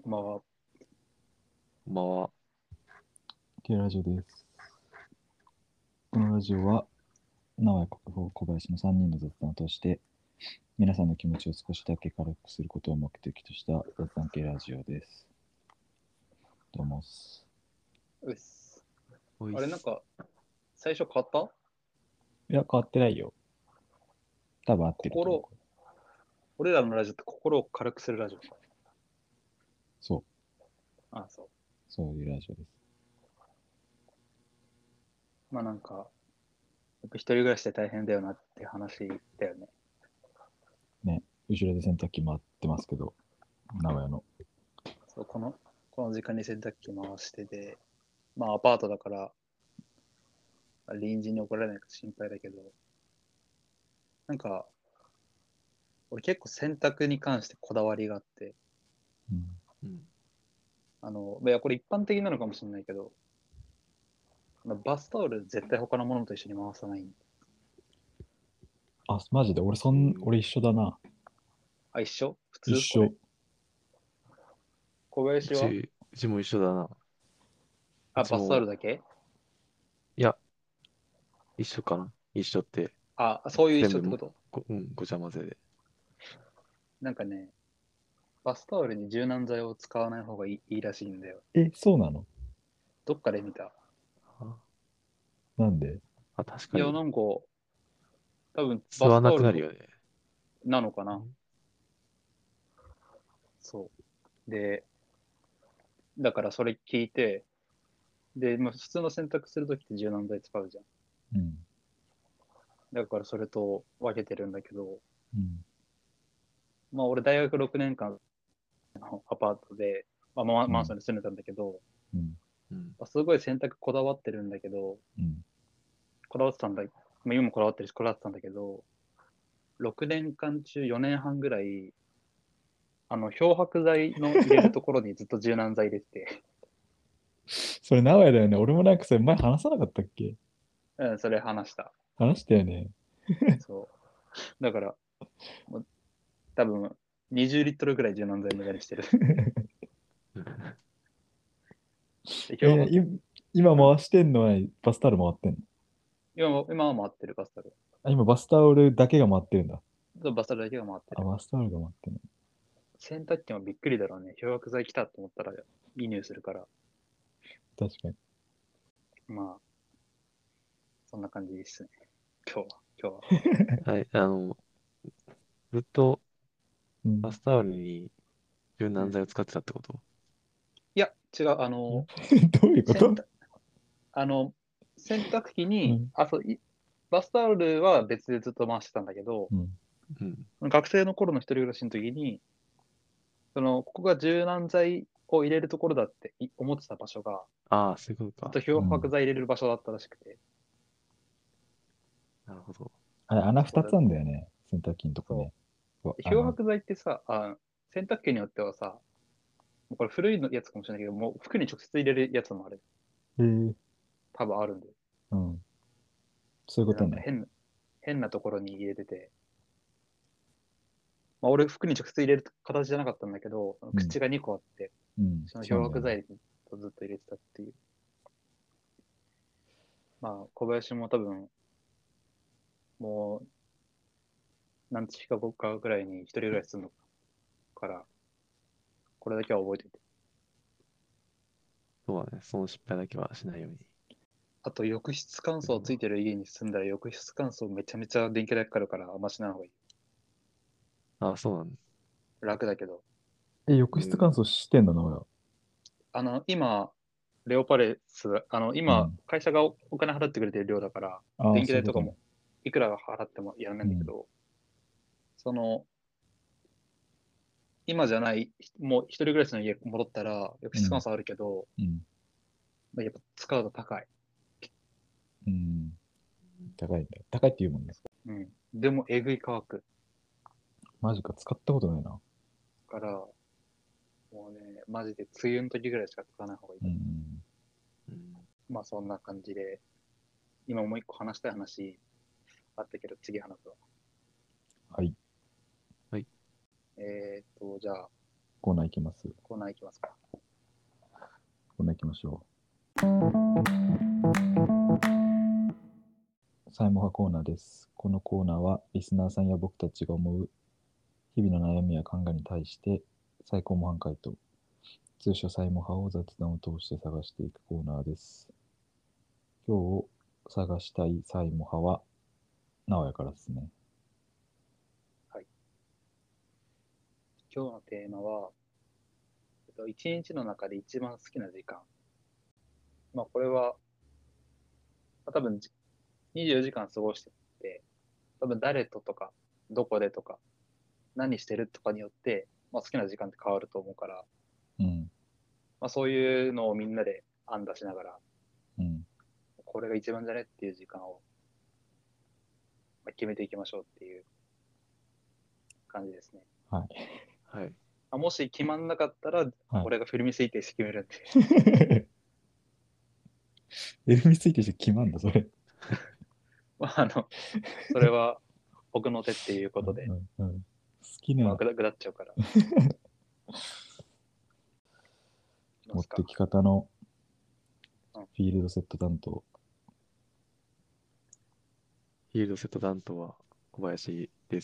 まあ、 まあ、 K ラジオです。このラジオは、直江国宝小林の3人の雑談を通して、皆さんの気持ちを少しだけ軽くすることを目的とした雑談系ラジオです。どうもっす。 うっす。 おいっすあれ、なんか、最初買ったいや、変わってないよ。多分合ってると思う。 俺らのラジオって心を軽くするラジオ。 そう、 あそう。 そういうラジオです。 まあなんか、やっぱ一人暮らしで大変だよなって話だよね。 ね、後ろで洗濯機回ってますけど、名古屋の。 そう、この時間に洗濯機回してて、まあアパートだから、隣人に怒られないか心配だけど、なんか、俺結構洗濯に関してこだわりがあって、 うん、 いや、これ一般的なのかもしれないけど、バスタオル絶対他のものと一緒に回さないん。 あ、マジで俺一緒だな。 あ、一緒普一通これ緒。 小林はうちも一緒だな。うあ、バスタオちも、 ルだけいや、一緒かな。一緒って、 あ、そういう一全部緒ってことごちゃ混ぜで。 なんかね、バスタオルに柔軟剤を使わない方がいいらしいんだよ。 そうなの？ どっかで見た。 あ、 なんで？ いや、 確かに、 なんか、多分吸わなバスタオルのくなるよね。 なのかな。そう。で、だからそれ聞いて、で、まあ、普通の洗濯するときって柔軟剤使うじゃん。 うん。 だからそれと分けてるんだけど、 うん。 まあ俺大学6年間のアパートで、マンションうん。 に住んでたんだけど、 うん。 うん。 すごい洗濯こだわってるんだけど、 うん。 こだわってたんだ、まあ、今もこだわってるし、こだわってたんだけど、6年間中4年半ぐらい、漂白剤の入れるところにずっと柔軟剤入れてて、 それ名古屋だよね。俺もなんかそれ前話さなかったっけ？ うん、それ話した。 話したよね。 そう。だから、もう多分、20リットルぐらい柔軟剤無駄にしてる。で漂白、 今うん。 回してんのはバスタオル回ってんの？ 今は回ってるバスタオル。 あ、今バスタオルだけが回ってるんだ。 バスタオルだけが回ってあ、 る。 バスタオルが回ってんの。 洗濯機もびっくりだろうね。漂白剤来たと思ったら、いい匂いするから。 確かに。 まあ、そんな感じですね。今日は。 はい、ずっとうん。 バスタオルに柔うん。 軟剤を使ってたってこと？ いや、違う。 どういうこと？ 洗濯、あの、洗濯機に、 うん。 バスタオルは別でずっと回してたんだけど、 うん。 うん。 学生の頃の一人暮らしの時に、ここが柔軟剤を入れるところだって思ってた場所が、 ああ、そういうことか。 ずっと漂白剤入れる場所だったらしくて、 なるほど。 あれ、穴2 そうだ、 つあんだよね。洗濯機のとこそね。そうう。漂白剤ってさ、洗濯機によってはさ、もうこれ古いのやつかもしれないけど、もう服に直接入れるやつもある。 へえ。 多分あるんで。 うん。そういうこで、 とね。 変なところに入れてて、まあ、俺服に直接入れる形じゃなかったんだけど、 うん。 口が2個あって、 うん。 その漂そうなんだよね。 白剤とずっと入れてたっていう。まあ、小林も多分、もう何日か後かぐらいに一人暮らしするのから、これだけは覚えておいて。 そうだね。その失敗だけはしないように。 あと、浴室乾燥ついてる家に住んだら、浴室乾燥めちゃめちゃ電気代かかるから、あんましない方がいい。 ああ、そうなんだ。 楽だけど。 浴室乾燥してんの、名古屋？ 今、レオパレス、今、 うん。 会社がお金払ってくれてる量だから、 ああ、 電気そういうことね。 代とかも、いくら払ってもやらないうん。 んだけど、その、今じゃない、もう一人暮らしの家戻ったら、浴うん。 室乾燥あるけど、 うん。 やっぱ使うと高い。 うん。高いんだ。高いって言うもんね。 うん。でも、えぐい乾くマジか、使ったことないな。 から、もうね、マジで梅雨の時ぐらいしか使わない方がいいうん。 と思うん。 う。まあ、そんな感じで、今もう一個話したい話あったけど、次話すわ。 はい。 はい。 じゃあ、 コーナー行きます。 コーナー行きますか。 コーナー行きましょう。サイモ派コーナーです。このコーナーは、リスナーさんや僕たちが思う日々の悩みや考えに対して、最高模範回答、通称サイモ派を雑談を通して探していくコーナーです。今日探したいサイモ派は、直哉からですね。 今日のテーマは、一日の中で一番好きな時間。まあ、これは、多分24時間過ごしてて、多分誰ととか、どこでとか、何してるとかによって、まあ、好きな時間って変わると思うから、 うん。 まあ、そういうのをみんなで案出しながら、 うん。 これが一番じゃねっていう時間をまあ決めていきましょうっていう感じですね。 はい。 はい。 もし決まんなかったら、 はい俺がフィルム推定して決めるんで。 エルミついてして決まんだ、それ。 まあ、それは僕の手っていうことで、 好きなぐだっちゃうから。 持ってき方のうんフィールドセット担当。 フィールドセット担当は小林です。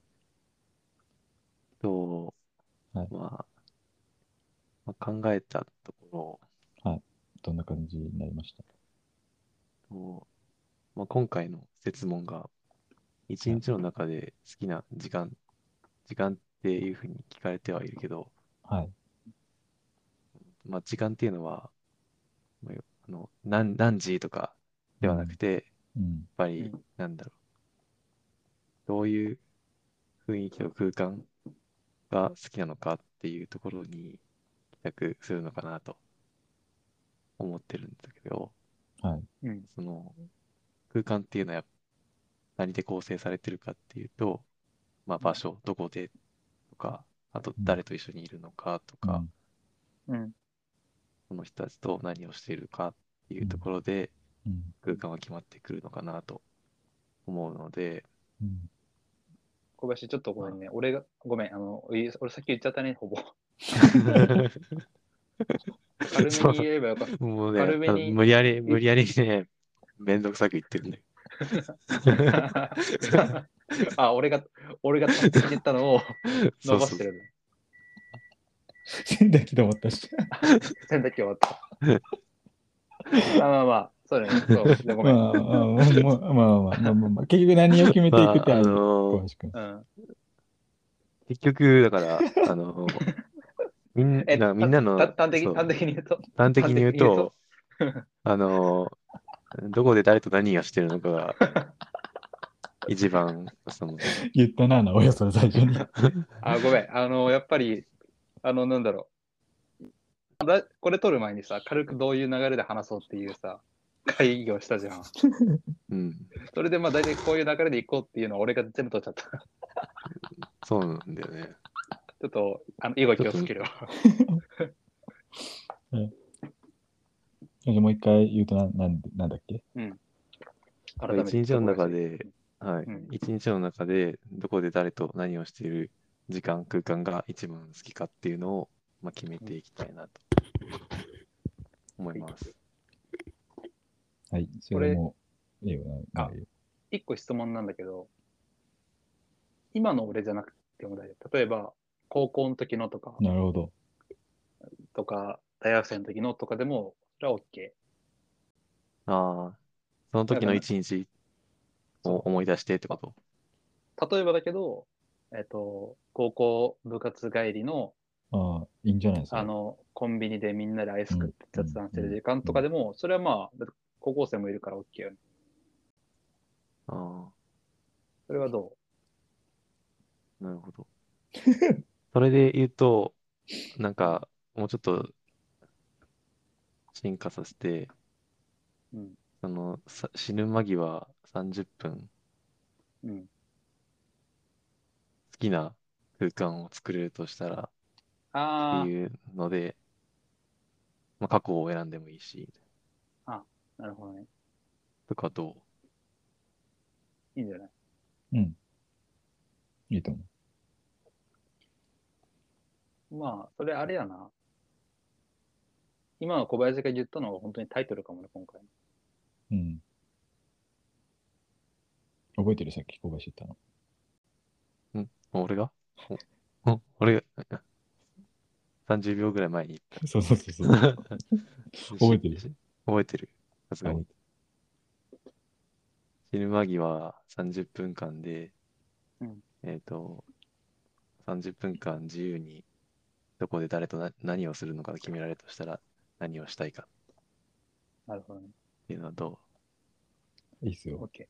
と、 はいま考えたとこはい。どんな感じになりました？ ろ、今回の設問が、一日の中で好きな時間っていうふうに聞かれてはいるけど、 はい。 時間っていうのは、まあ何時とかではなくて、やっうん。 ぱり、 うんなんだろう、どういう雰囲気の空間が好きなのかっていうところに帰宅するのかなと思ってるんだけど、 はい。 うんその空間っていうのは何で構成されてるかっていうと、場所、どこでとか、あと誰と一緒にいるのかとか、 うん。 うんその人たちと何をしているかっていうとうん。 ころでうん。 空間は決まってくるのかなと思うので、 うん。 小林、ちょっとごめんね。俺が、ごめん。俺さっき言っちゃったね、ほぼ。軽めに言えばよかった。 もうね、 軽めに無理やりね、めんどくさく言ってるんだよ。 俺が端的に言ったのを伸ばしてるの。 洗濯機と思ったし。 洗濯機終わった。そうだね。そう、じゃあごめん。 結局何を決めていくってまあ、 小林君。 うん。 結局、だから、みんなの、 端的そう、 に言うと、 端的に言うと、 端的あの、どこで誰と何をしてるのかが一番、 言ったな、およそ最初に。 ごめん。やっぱり、なんだろう。これ撮る前にさ、軽くどういう流れで話そうっていうさ、会議をしたじゃん。 うん、 それで大体こういう流れでいこうっていうのは俺が全部取っちゃった。 そうなんだよね。 ちょっと、以後気をつけるわ。 じゃあもう一回言うとなんだっけ？ うん。改めて一日の中小林で、はい、 うん一日の中でどこで誰と何をしている時間、空間が一番好きかっていうのを、決めていきたいなと思います。 はい、それもいいよな。 一個質問なんだけど、今の俺じゃなくても大丈夫。例えば、高校の時のなるほど。 大学生の時のとかでも、それは OK。 ああ、その時の一日を思い出してってこと？ 例えばだけど、高校部活帰りの、 ああ、いいんじゃないですか。 コンビニでみんなでアイス食って雑談してる時間とかでも、それはだって高校生もいるから OK よね。 あそれはどあ、なるほど。それで言うと、もうちょっと進化させて、 ううん。 死ぬ間際30分、 うん。 好きな空間を作れるとしたらってあいうので、過去を選んでもいいし、 なるほどね。 とかどいいんじゃない？ うん。いいと思まあ、それあれやな。今の小林が言ったのが本当にタイトルかもね、今回。 うん。覚えてるさっき小林言ったの。 俺が俺が30秒ぐらい前にそうそうそうそう。 言った。 覚えてる覚えてる。さすがあに。死ぬ間際30分間で、 うん 30分間自由にどこで誰と何をするのか決められるとしたら何をしたいかなるほどね。 っていうのはどいいっすよ。 OK。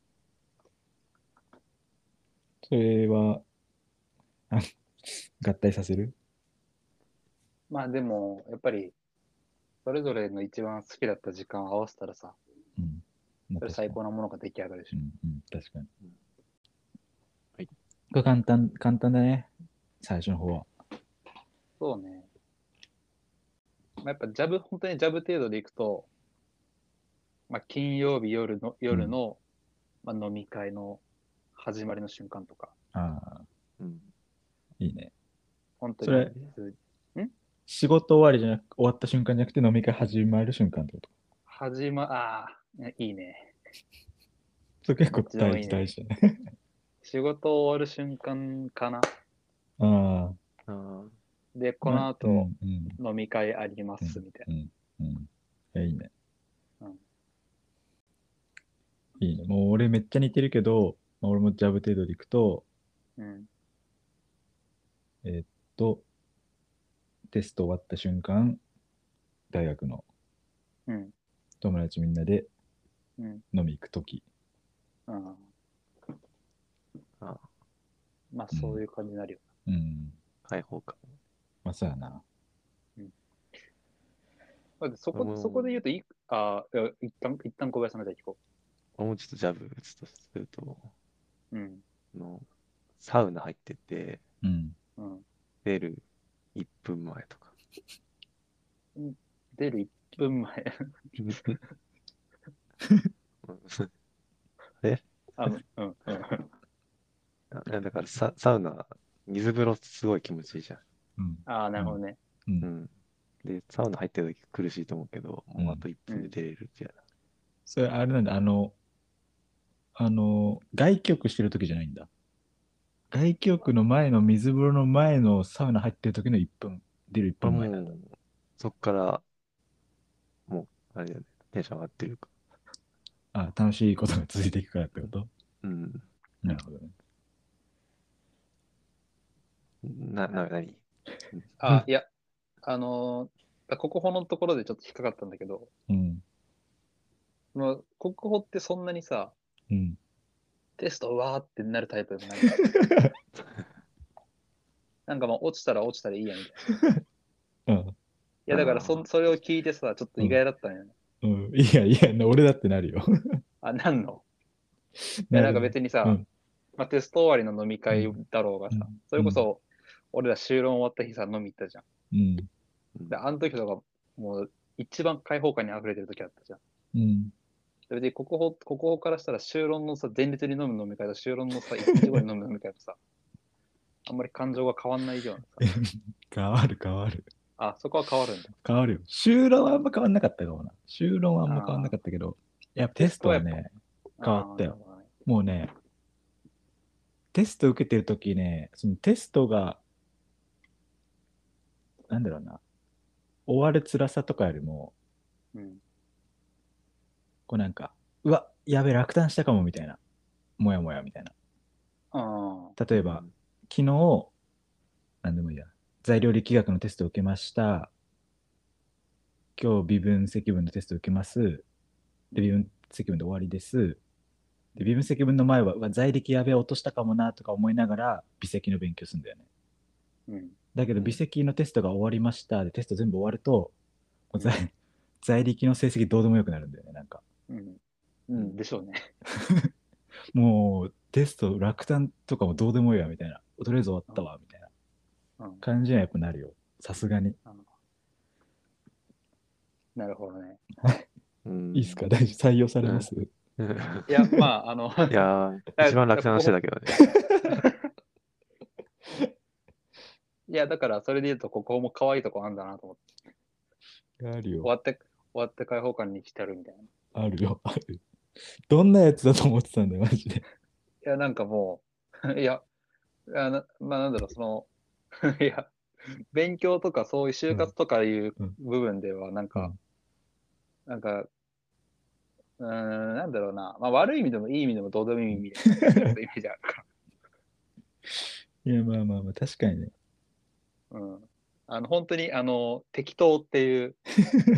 それは、あ合体させる？ まあでも、やっぱり、それぞれの一番好きだった時間を合わせたらさ、 うん。まあそれ確かに最高なものが出来上がるでしょ。 うんうん、確かに。 はい。 これ簡単だね。最初の方は。 そうね。まあ、やっぱ本当にジャブ程度でいくと、まあ、金曜日夜の、まあ、飲み会の始まりの瞬間とか、 ああ、 う？ いいね。 本当それに仕事終わりじゃなく、終わった瞬間じゃなくて飲み会始まる瞬間ってこと？ いいね。 それ結構どっちでもいいね大事だね。 仕事終わる瞬間かな。 ああ、 あで、この後、 うん飲み会あります、みたいうん。いや、いいね。 うんいいね。もう俺めっちゃ似てるけど、まあ、俺もジャブ程度でいくと、 な。うん。 えーっと、テスト終わった瞬間、大学のうん。 友達みんなでうん。 飲み行くとき。 うん。 あ、 まあ、そういう感じになるよ。 うん。 開放感。 まあ、そうやな。 だってそこで言うといや一旦小林さんのじゃあ聞こもうちょっとジャブ打つとすると、 う。うん。 サウナ入ってて、 うん。 うん。 出る1分前とか。 出る1分前。うん。 だからサウナ、水風呂すごい気持ちいいじゃん。 うん。 ああ、なるほどね。 で、サウナ入ってる時苦しいと思うけど、もうあと1分で出れるってやな。 それあれなんだ、外気浴してるときじゃないんだ。外気浴の前の水風呂の前のサウナ入ってる時の1分、出る1 これ分前なんだ。 もう、そっから、もう、あれだよね、テンション上がってるか。 あ、楽しいことが続いていくからってこと？ うん。 なるほどね。 何いや、国宝のところでちょっと引っかかったんだけど、 うん。 国宝ってそんなにさ、 うん。 テストうわーってなるタイプでもない。なんかまあ落ちたら落ちたらいいやみたいな。いうん。 やだからそれを聞いてさ、ちょっと意外だったんよね。 うん。いや、俺だってなるよ。 なんのいやなんか別にさ、 うん。 まあ、テスト終わりの飲み会だろうがさ、 うんそれこそ俺ら修論終わった日さ、飲み行ったじゃん。 うん。 で、あの時とかもう一番開放感に溢れてる時あったじゃん。 うん。 で別に国宝からしたら修論のさ、前日に飲む飲み会と修論のさ、1日後に飲む飲み会とさ、あんまり感情が変わんないようなさ。 変わる。 あ、そこは変わるんだ。 変わるよ。修論はあんま変わんなかったかもな。修論はあんま変わんなかったけど、やっぱテストはね、変わったよ。もうね、テスト受けてるときね、そのテストが、なんだろうな、終わる辛さとかよりも、 うん。 こうなんか、うわ、やべ、落胆したかもみたいな、もやもやみたいな。例えば、昨日、なんでもいいや、材料力学のテストを受けました。今日、微分積分のテストを受けます。で、微分積分で終わりです。で、微分積分の前は、うわ、材力やべえ、落としたかもなとか思いながら、微積の勉強するんだよね。 うん。 だけど、微積のテストが終わりました。で、テスト全部終わると、もう材力の成績どうでもよくなるんだよね、なんか。 でしょうね。 もう、テスト落胆とかもどうでもいいわ、みたいな。とりあえず終わったわ、みたいな感じにはやっぱなるよ。さすがに。 なるほどね。 いいっすか？大丈夫？採用されます？ いや、まあ、 いやー、一番楽な話だけどね。 いや、だからそれで言うと、ここも可愛いとこあんだなと思って。 あるよ。 終わって開放感に浸るみたいな。いあるよ。ある。どんなやつだと思ってたんだよ、マジで。 や、なんかもう、いや、まあなんだろう、その、いや、勉強とかそういう就活とかいううん部分では、なんか、 うん。 なんか、なんだろうな、まあ悪い意味でもいい意味でもどうでもいいみたいな、ちょっとイメージあるかいや、まあまあまあ、確かにね。 ら。本当に、適当っていう、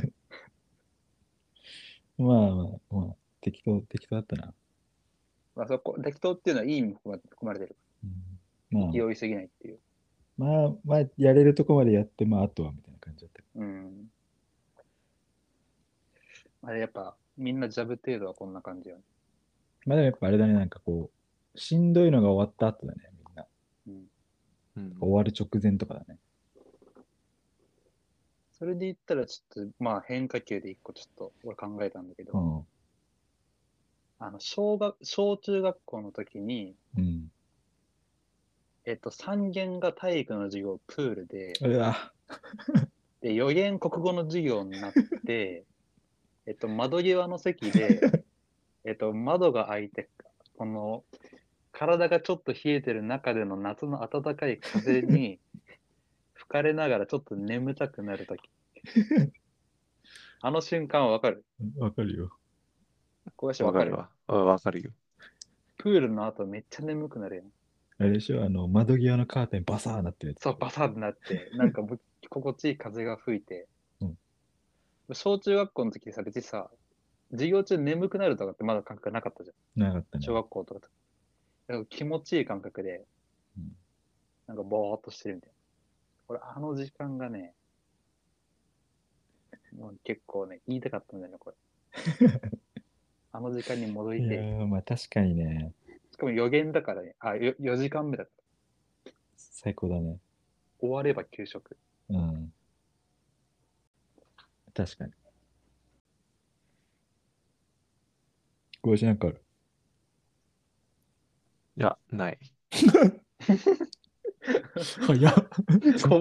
まあまあまあ、適当だったな。 まあそこ、適当っていうのはいい意味も含まれてる。 うん、まあ、 勢いすぎないっていう。 まあ、やれるとこまでやって、まあ、あとはみたいな感じだった。 うん。あれやっぱ、みんなジャブ程度はこんな感じよね。 まあでもやっぱあれだね、なんかこう、しんどいのが終わった後だね、みんな。 うん。 終わる直前とかだね。 それで言ったら、ちょっと、まあ変化球で一個ちょっと俺考えたんだけど、 うん。 小中学校の時に、 うん。 3限が体育の授業、プールで、 うわ、 で、4限国語の授業になって、窓際の席で、窓が開いて、この、体がちょっと冷えてる中での夏の暖かい風に吹かれながらちょっと眠たくなるとき。あの瞬間はわかる？ わかるよ。 小林わかる？ わかるわ。わかるよ。 プールの後めっちゃ眠くなるやん。 あれでしょ、窓際のカーテンバサーなってるやつ。 そう、バサッってなって、なんか心地いい風が吹いて、 うん小中学校の時さ、別にさ、授業中眠くなるとかってまだ感覚なかったじゃん。 なかったね。 小学校とかと。だから気持ちいい感覚で、 うんなんかぼーっとしてるみたいな。俺、あの時間がね、もう結構ね、言いたかったんだよね、これ。あの時間に戻りいやてー、まあ確かにね、 しかも予言だからね、4時間目だから。 最高だね。 終われば給食。 うん。確かに。ごしなんかある。 いや、ない。 早っ。 こ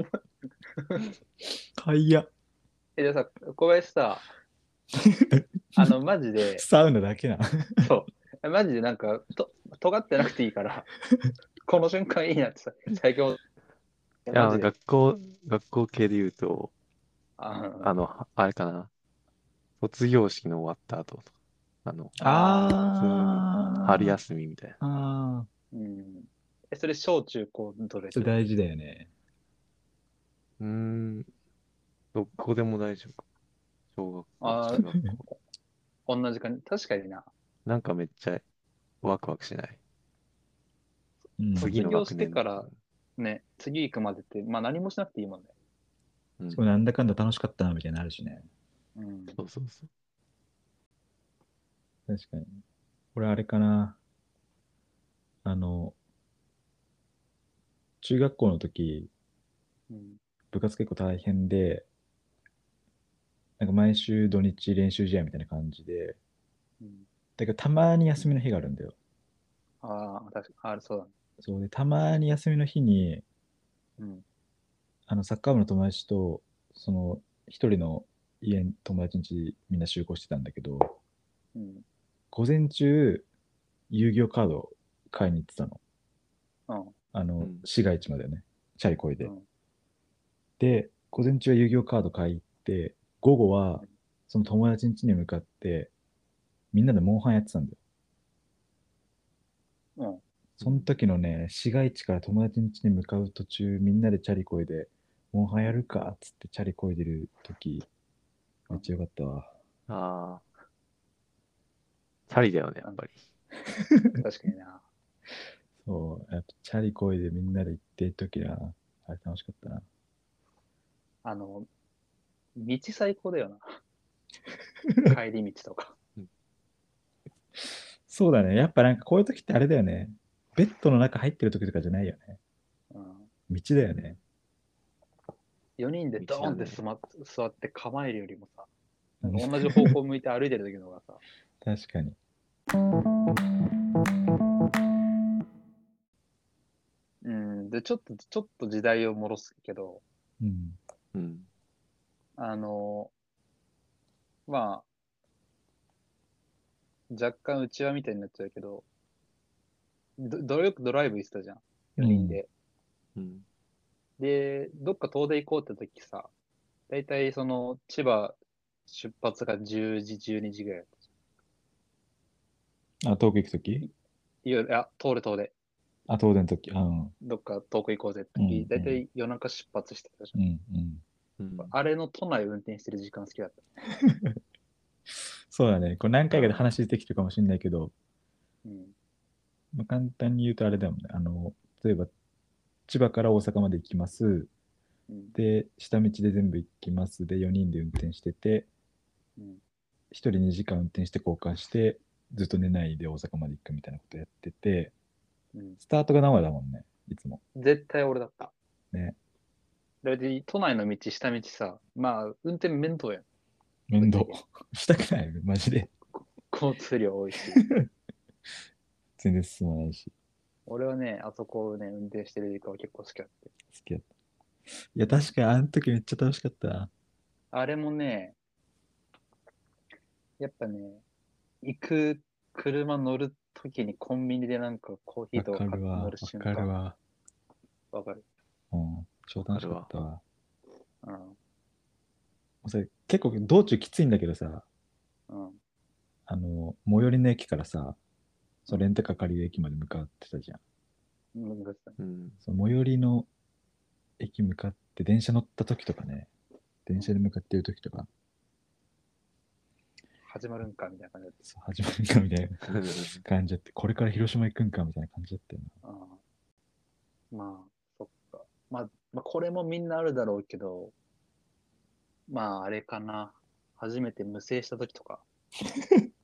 早っ。 じゃあさ、小林さ、マジで、 サウナだけな。 そう、マジでなんか、尖ってなくていいから、この瞬間いいなってさ、最強。 いや、 マジで。 学校系で言うと、あれかな。卒業式の終わった後とか、普通に春休みみたいな。 ああ。 うん。それ小中高どれそれ大事だよね。 うーん、どこでも大丈夫か。小学校、 あ中学校。 同じ感じ。確かにな。 なんかめっちゃワクワクしない。 うん。 次の卒業学年。 してからね、次行くまでって、まあ何もしなくていいもんね。 うん、 そうなんだかんだ楽しかったなみたいになるしね。 うん。 そうそうそう。 確かに。これあれかな。あの、中学校の時、 うん。 部活結構大変で、なんか毎週土日練習試合みたいな感じで、 うんだけどたまに休みの日があるんだよ。 ああ、確かに。そうだね。 そうで、たまに休みの日に、 うん。 サッカー部の友達と、その、一人の友達ん家みんな集合してたんだけど、 うん。 午前中、遊戯王カード買いに行ってたの。 うん。 うん市街地までね、チャリこいで。 うん。 で、午前中は遊戯王カード買い行って、午後はうん、 その友達ん家に向かって、みんなでモンハンやってたんだよ。 うん。 その時のね、市街地から友達ん家に向かう途中、みんなでチャリこいで、モンハンやるかっつってチャリこいでる時、めっちゃよかったわ。 ああ、チャリだよね、やっぱり。 確かにな。 そう、やっぱチャリこいでみんなで行ってる時な、あれ楽しかったな。 道最高だよな。帰り道とか。 そうだね。やっぱなんかこういう時ってあれだよね。ベッドの中入ってる時とかじゃないよね。 うん。 道だよね。 4人でドーンって道だ座って構えるよりもさ、なんか同じ方向向いて歩いてる時の方がさ、 確かに。 うん、 で、ちょっと時代を戻すけど、 うん。 うん。 まあ、若干内輪みたいになっちゃうけど、よくドライブ行ってたじゃん。4人で。 うん。 で、どっか遠出行こうって時さ、だいたいその、千葉出発が10時、12時ぐらいだったじあ、遠く行くときゃん。いや、遠出。 あ、遠出のとき。うん。 どっか遠く行こうぜってうん時、だいたい夜中出発してたじゃん。 うん。うん。 うん。 あれの都内運転してる時間好きだった。 そうだね。これ何回かで話出てきてるかもしれないけど、 うん。 まあ、簡単に言うとあれだもんね。例えば、千葉から大阪まで行きます。 うん。 で、下道で全部行きます。で、4人で運転してて、 うん。 1人2時間運転して交換して、ずっと寝ないで大阪まで行くみたいなことやってて、 うん。 スタートが名古屋だもんね、いつも。 絶対俺だった。 ね。 だって都内の道、下道さ、まあ、運転面倒やん。 面倒ぶっちゃ。 したくないマジで。 交通量多いし。 全然進まないし。 俺はね、あそこをね、運転してる時間は結構好きだった。 好きだった。いや、確かにあの時めっちゃ楽しかったな。 あれもね、やっぱね、行く車乗るときにコンビニでなんかコーヒーわとか買って乗かるわ。わる瞬間、 かるわ。 わかる。 うん。超楽しかったわ。 うん。 もうそれ結構道中きついんだけどさ、 うん。 最寄りの駅からさ、そうレンタカー借りる駅まで向かってたじゃん。 難しさ。 うん。 その最寄りの駅向かって電車乗った時とかね、電車で向かってる時とか、 始まるんかみたいな感じだっそう始まるかみたいな感じだって、これから広島行くんかみたいな感じだったよた。うん。まあ、そっか。まあ、これもみんなあるだろうけど、まあ、あれかな。初めて無制した時とか。